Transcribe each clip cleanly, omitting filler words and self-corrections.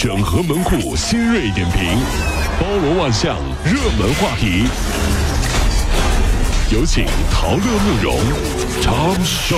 整合门户新锐点评，包罗万象，热门话题。有请陶乐慕容长寿。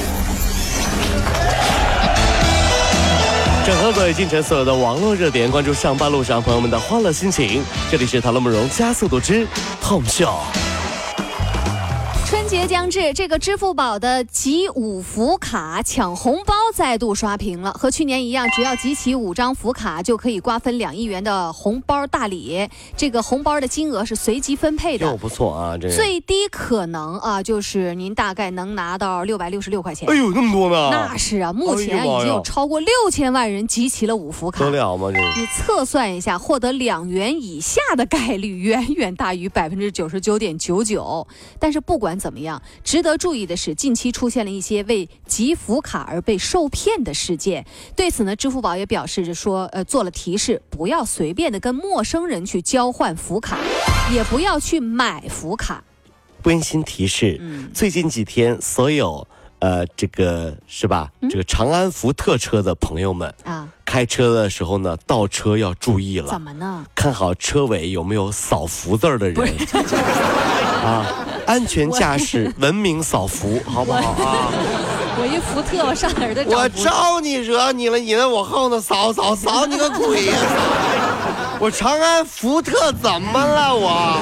整合最近城所有的网络热点，关注上班路上朋友们的欢乐心情。这里是陶乐慕容加速度之 Tom Show。 春节将至，这个支付宝的集5福卡抢红包再度刷屏了。和去年一样，只要集齐5张福卡，就可以瓜分2亿元的红包大礼。这个红包的金额是随机分配的， 不错啊，这最低可能啊，就是您大概能拿到666块钱。 哎呦，那么多呢？ 那是啊，目前已经有超过6000万人集齐了5福卡。 得了吗？这你测算一下，获得2元以下的概率远远大于99.99%。但是不管怎么样，值得注意的是，近期出现了一些为集福卡而被受骗的事件。对此呢，支付宝也表示着说，做了提示，不要随便的跟陌生人去交换福卡，也不要去买福卡。 温馨提示，最近几天所有这个是吧？这个长安福特车的朋友们啊，开车的时候呢，倒车要注意了。 怎么呢？ 看好车尾有没有扫福字的人啊。安全驾驶，文明扫福，好不好啊？ 我一福特，我上哪儿的？ 我招你惹你了，你在我后头扫你个鬼呀！我长安福特怎么了我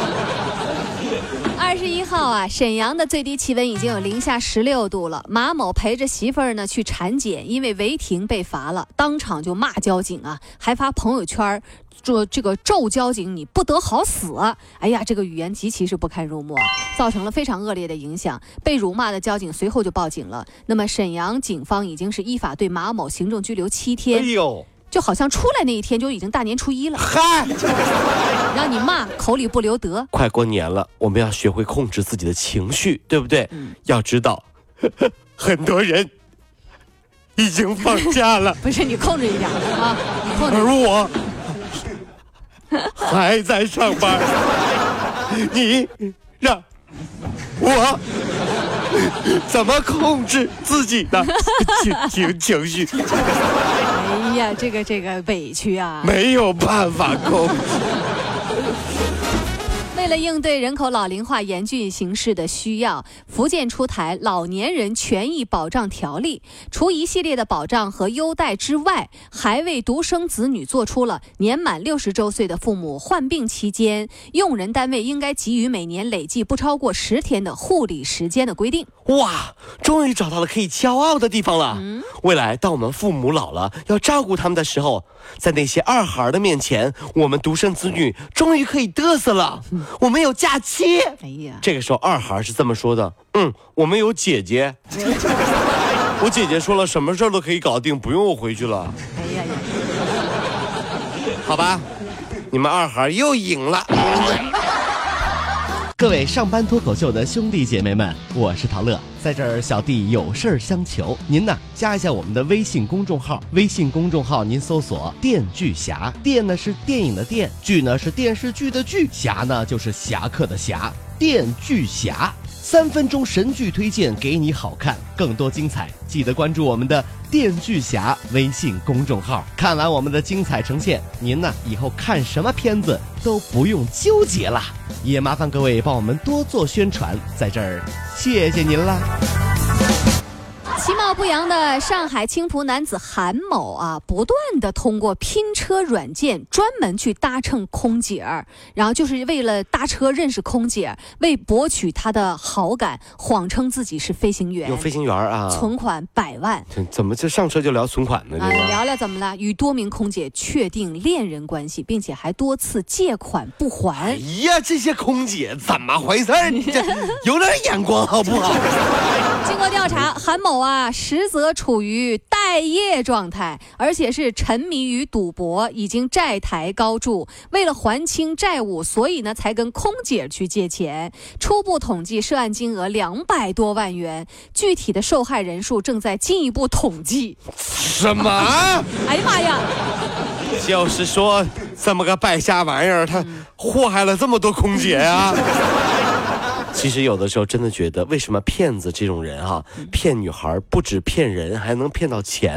？21号啊，沈阳的最低气温已经有-16度了。马某陪着媳妇儿呢去产检，因为违停被罚了，当场就骂交警啊，还发朋友圈说这个咒交警你不得好死。哎呀，这个语言极其是不堪入目，造成了非常恶劣的影响。被辱骂的交警随后就报警了。那么沈阳警方已经是依法对马某行政拘留7天。 哎呦， 就好像出来那一天就已经大年初一了。 嗨， 让你骂口里不留德。 快过年了，我们要学会控制自己的情绪，对不对？要知道，很多人已经放假了。 不是，你控制一下啊，你控制。 而我还在上班，你让我怎么控制自己的情绪？ 哎呀，这个委屈啊， 没有办法控制。 为了应对人口老龄化严峻形势的需要，福建出台老年人权益保障条例，除一系列的保障和优待之外，还为独生子女做出了年满60周岁的父母患病期间，用人单位应该给予每年累计不超过10天的护理时间的规定。 哇，终于找到了可以骄傲的地方了。未来当我们父母老了要照顾他们的时候，在那些二孩的面前，我们独生子女终于可以嘚瑟了。我们有假期。哎呀，这个时候二孩是这么说的：我们有姐姐。我姐姐说了，什么事都可以搞定，不用我回去了。哎呀呀，好吧，你们二孩又赢了。 各位上班脱口秀的兄弟姐妹们，我是陶乐，在这儿小弟有事儿相求，您呢加一下我们的微信公众号，微信公众号您搜索电锯侠，电呢是电影的电，剧呢是电视剧的剧，侠呢就是侠客的侠，电锯侠，3分钟神剧推荐给你好看，更多精彩记得关注我们的电锯侠微信公众号。看完我们的精彩呈现，您呢以后看什么片子都不用纠结了，也麻烦各位帮我们多做宣传，在这儿谢谢您啦。 其貌不扬的上海青浦男子韩某啊，不断的通过拼车软件专门去搭乘空姐儿，然后就是为了搭车认识空姐，为博取她的好感，谎称自己是飞行员。 有飞行员啊，存款100万。 怎么就上车就聊存款呢？ 聊聊怎么了？与多名空姐确定恋人关系，并且还多次借款不还。 哎呀，这些空姐怎么回事？你这有点眼光好不好？ 经过调查，韩某啊，实则处于待业状态，而且是沉迷于赌博，已经债台高筑。为了还清债务，所以呢才跟空姐去借钱。初步统计涉案金额200多万元，具体的受害人数正在进一步统计。 什么？ 哎呀妈呀！ 就是说，这么个败家玩意儿，他祸害了这么多空姐啊！其实有的时候真的觉得，为什么骗子这种人骗女孩不止骗人，还能骗到钱？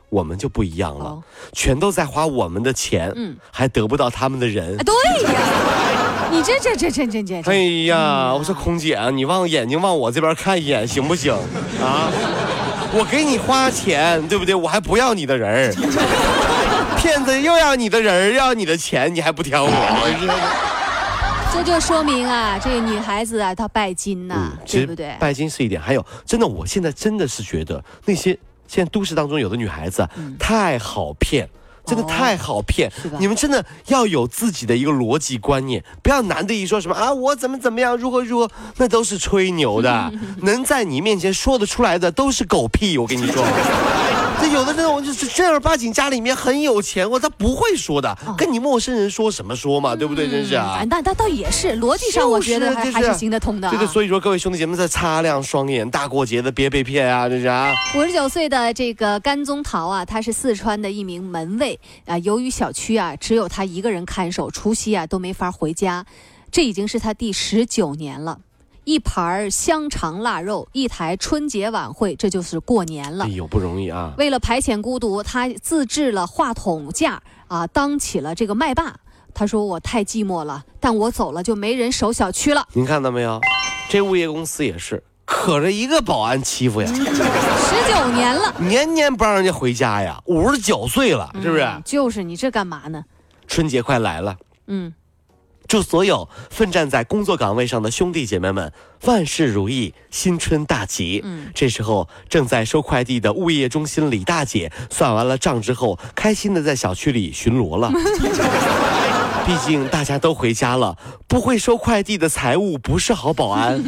我们就不一样了，全都在花我们的钱，还得不到他们的人。 对呀，你这。 哎呀，我说空姐啊，你眼睛往我这边看一眼行不行啊？我给你花钱，对不对？我还不要你的人骗子又要你的人，要你的钱，你还不挑我？ 这就说明啊，这个女孩子啊，她拜金呐，对不对？ 拜金是一点，还有真的，我现在真的是觉得那些现在都市当中有的女孩子太好骗。真的太好骗，你们真的要有自己的一个逻辑观念，不要男的一说什么啊，我怎么样，如何，那都是吹牛的，能在你面前说得出来的都是狗屁，我跟你说。这有的那种就是正儿八经家里面很有钱，他不会说的，跟你陌生人说什么说嘛，对不对？真是啊。 那倒也是，逻辑上我觉得还是行得通的。 对，所以说各位兄弟姐妹在擦亮双眼，大过节的别被骗啊，这是啊。 59岁的这个甘宗桃啊，他是四川的一名门卫啊，由于小区啊只有他一个人看守，除夕啊都没法回家，这已经是他第19年了。一盘香肠腊肉，一台春节晚会，这就是过年了。哎呦，不容易啊！ 为了排遣孤独，他自制了话筒架啊，当起了这个麦霸。他说：“我太寂寞了，但我走了就没人守小区了。” 您看到没有？这物业公司也是可着一个保安欺负呀 ！19年了， 年年不让人家回家呀！59岁了，是不是？ 就是你这干嘛呢？ 春节快来了，祝所有奋战在工作岗位上的兄弟姐妹们万事如意，新春大吉。这时候正在收快递的物业中心李大姐算完了账之后，开心的在小区里巡逻了。毕竟大家都回家了，不会收快递的财务不是好保安。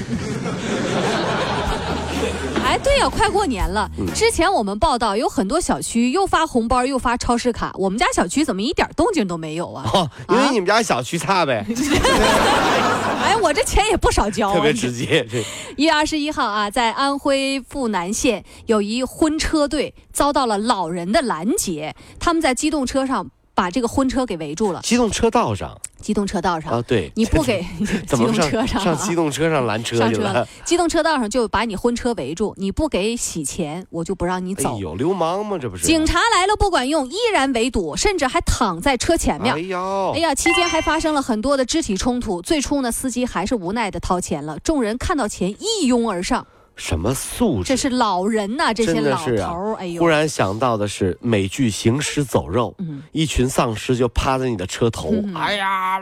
对呀，快过年了。之前我们报道有很多小区又发红包又发超市卡，我们家小区怎么一点动静都没有啊？ 因为你们家小区差呗。 哎，我这钱也不少交， 特别直接。 1月21号啊，在安徽阜南县有一婚车队遭到了老人的拦截，他们在机动车上把这个婚车给围住了。 机动车道上啊，对， 你不给怎么机动车上机动车上拦车去了？ 机动车道上就把你婚车围住，你不给洗钱，我就不让你走。 哎呦，流氓吗？这不是？ 警察来了不管用，依然围堵，甚至还躺在车前面。哎呀，期间还发生了很多的肢体冲突。最初呢，司机还是无奈的掏钱了，众人看到钱一拥而上。 什么素质？ 这是老人呐，这些老头哎呦！忽然想到的是美剧《行尸走肉》，一群丧尸就趴在你的车头，哎呀，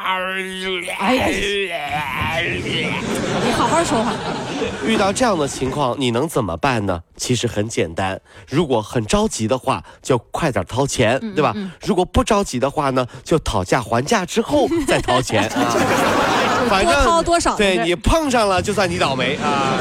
你好好说话。 遇到这样的情况，你能怎么办呢？其实很简单，如果很着急的话，就快点掏钱，对吧？如果不着急的话呢，就讨价还价之后再掏钱啊。反正多掏多少， 对你碰上了就算你倒霉啊。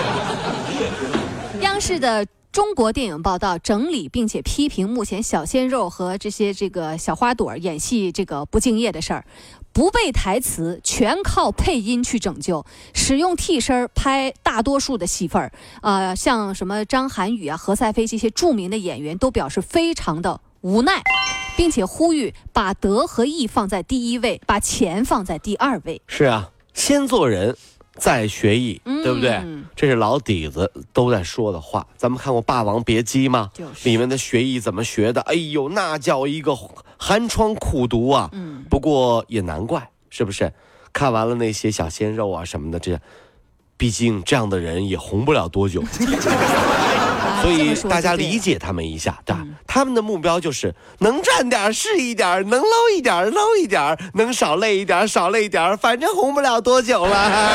央视的中国电影报道整理并且批评目前小鲜肉和这个小花朵演戏这个不敬业的事儿，不背台词，全靠配音去拯救，使用替身拍大多数的戏份儿。像什么张涵予啊、何赛飞这些著名的演员都表示非常的无奈，并且呼吁把德和义放在第一位，把钱放在第二位。 是啊，先做人再学艺，对不对？这是老底子都在说的话。咱们看过《霸王别姬》吗？里面的学艺怎么学的？哎呦，那叫一个寒窗苦读啊！不过也难怪，是不是？看完了那些小鲜肉啊什么的，毕竟这样的人也红不了多久。所以大家理解他们一下，对吧？他们的目标就是能赚点是一点，能搂一点搂一点，能少累一点少累一点，反正红不了多久了。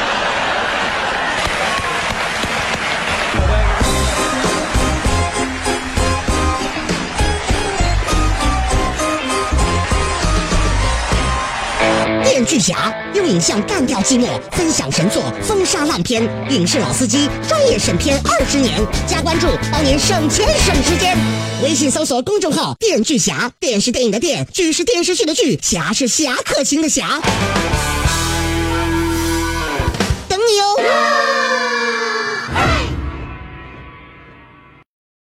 电锯侠用影像干掉寂寞，分享神作，封杀烂片。影视老司机专业审片20年，加关注帮您省钱省时间。微信搜索公众号“电锯侠”，电是电影的电，剧是电视剧的剧，侠是侠客行的侠。等你哦。